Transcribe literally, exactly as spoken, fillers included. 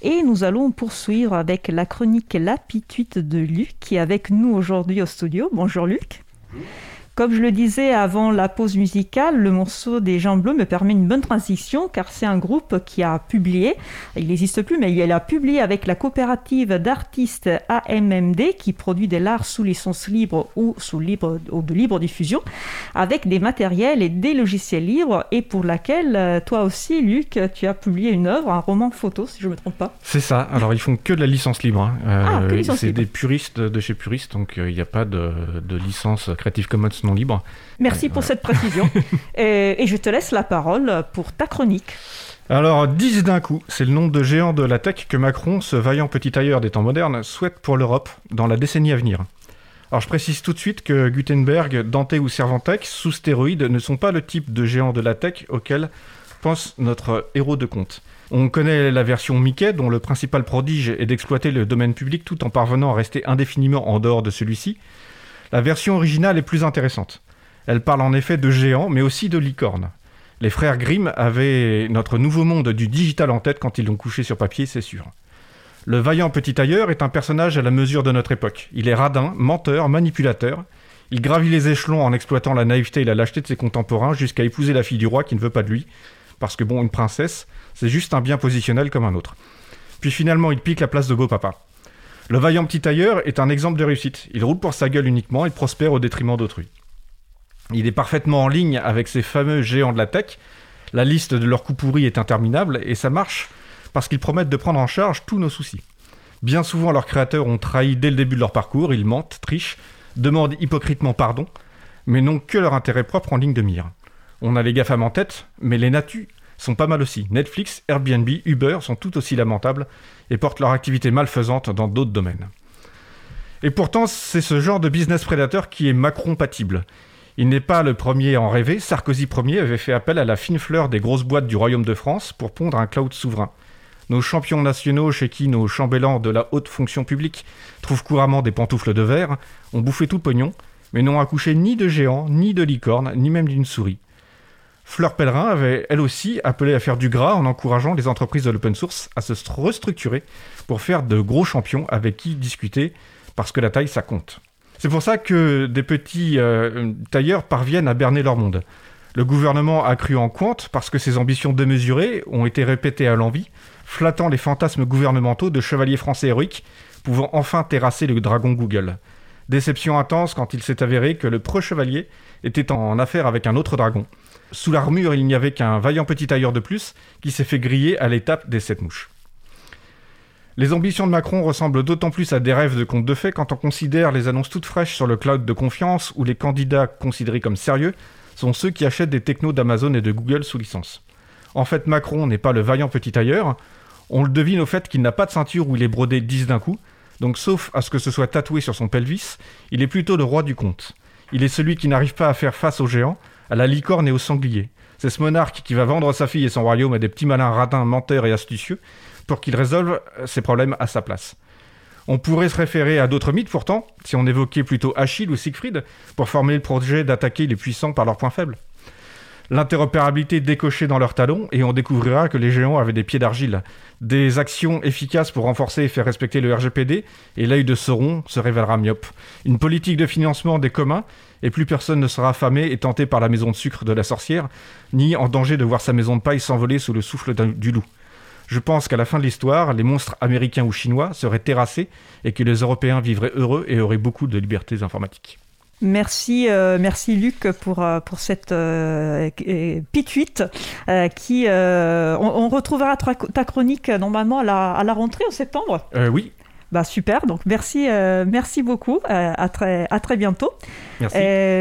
Et nous allons poursuivre avec la chronique La Pituite de Luc, qui est avec nous aujourd'hui au studio. Bonjour Luc. Bonjour. Comme je le disais avant la pause musicale, le morceau des Gens Bleus me permet une bonne transition car c'est un groupe qui a publié, il n'existe plus, mais il a publié avec la coopérative d'artistes A M M D qui produit de l'art sous licence libre ou sous libre ou de libre diffusion avec des matériels et des logiciels libres et pour laquelle toi aussi, Luc, tu as publié une œuvre, un roman photo si je ne me trompe pas. C'est ça, alors ils font que de la licence libre. Hein. Euh, ah, que licence c'est libre. Des puristes de chez puristes, donc il euh, n'y a pas de, de licence Creative Commons non libre. Merci pour cette précision. et, et je te laisse la parole pour ta chronique. Alors, dix d'un coup, c'est le nom de géant de la tech que Macron, ce vaillant petit tailleur des temps modernes, souhaite pour l'Europe dans la décennie à venir. Alors, je précise tout de suite que Gutenberg, Dante ou Cervantec, sous stéroïdes, ne sont pas le type de géant de la tech auquel pense notre héros de conte. On connaît la version Mickey, dont le principal prodige est d'exploiter le domaine public tout en parvenant à rester indéfiniment en dehors de celui-ci. La version originale est plus intéressante. Elle parle en effet de géants, mais aussi de licornes. Les frères Grimm avaient notre nouveau monde du digital en tête quand ils l'ont couché sur papier, c'est sûr. Le vaillant petit tailleur est un personnage à la mesure de notre époque. Il est radin, menteur, manipulateur. Il gravit les échelons en exploitant la naïveté et la lâcheté de ses contemporains jusqu'à épouser la fille du roi qui ne veut pas de lui. Parce que bon, une princesse, c'est juste un bien positionnel comme un autre. Puis finalement, il pique la place de beau papa. Le vaillant petit tailleur est un exemple de réussite. Il roule pour sa gueule uniquement et prospère au détriment d'autrui. Il est parfaitement en ligne avec ces fameux géants de la tech. La liste de leurs coups pourris est interminable et ça marche parce qu'ils promettent de prendre en charge tous nos soucis. Bien souvent, leurs créateurs ont trahi dès le début de leur parcours. Ils mentent, trichent, demandent hypocritement pardon, mais n'ont que leur intérêt propre en ligne de mire. On a les GAFAM en tête, mais les natus sont pas mal aussi. Netflix, Airbnb, Uber sont tout aussi lamentables et portent leur activité malfaisante dans d'autres domaines. Et pourtant, c'est ce genre de business prédateur qui est Macron-patible. Il n'est pas le premier à en rêver. Sarkozy Ier avait fait appel à la fine fleur des grosses boîtes du Royaume de France pour pondre un cloud souverain. Nos champions nationaux, chez qui nos chambellans de la haute fonction publique trouvent couramment des pantoufles de verre, ont bouffé tout le pognon, mais n'ont accouché ni de géants, ni de licornes, ni même d'une souris. Fleur Pellerin avait, elle aussi, appelé à faire du gras en encourageant les entreprises de l'open source à se restructurer pour faire de gros champions avec qui discuter, parce que la taille, ça compte. C'est pour ça que des petits euh, tailleurs parviennent à berner leur monde. Le gouvernement a cru en Quant parce que ses ambitions démesurées ont été répétées à l'envi, flattant les fantasmes gouvernementaux de chevaliers français héroïques pouvant enfin terrasser le dragon Google. Déception intense quand il s'est avéré que le preux-chevalier était en affaire avec un autre dragon. Sous l'armure, il n'y avait qu'un vaillant petit tailleur de plus qui s'est fait griller à l'étape des sept mouches. Les ambitions de Macron ressemblent d'autant plus à des rêves de contes de fées quand on considère les annonces toutes fraîches sur le cloud de confiance où les candidats considérés comme sérieux sont ceux qui achètent des technos d'Amazon et de Google sous licence. En fait, Macron n'est pas le vaillant petit tailleur. On le devine au fait qu'il n'a pas de ceinture où il est brodé dix d'un coup. Donc, sauf à ce que ce soit tatoué sur son pelvis, il est plutôt le roi du conte. Il est celui qui n'arrive pas à faire face aux géants, à la licorne et au sanglier. C'est ce monarque qui va vendre sa fille et son royaume à des petits malins radins, menteurs et astucieux pour qu'ils résolvent ses problèmes à sa place. On pourrait se référer à d'autres mythes pourtant, si on évoquait plutôt Achille ou Siegfried, pour former le projet d'attaquer les puissants par leurs points faibles. L'interopérabilité décochée dans leurs talons, et on découvrira que les géants avaient des pieds d'argile. Des actions efficaces pour renforcer et faire respecter le R G P D, et l'œil de Sauron se révélera myope. Une politique de financement des communs, et plus personne ne sera affamé et tenté par la maison de sucre de la sorcière, ni en danger de voir sa maison de paille s'envoler sous le souffle du loup. Je pense qu'à la fin de l'histoire, les monstres américains ou chinois seraient terrassés, et que les Européens vivraient heureux et auraient beaucoup de libertés informatiques. Merci, euh, merci Luc pour, euh, pour cette euh, pituite euh, qui euh, on, on retrouvera ta, ta chronique normalement à la, à la rentrée en septembre. Euh, oui. Bah super, donc merci, euh, merci beaucoup, euh, à très, à très bientôt. Merci. Euh,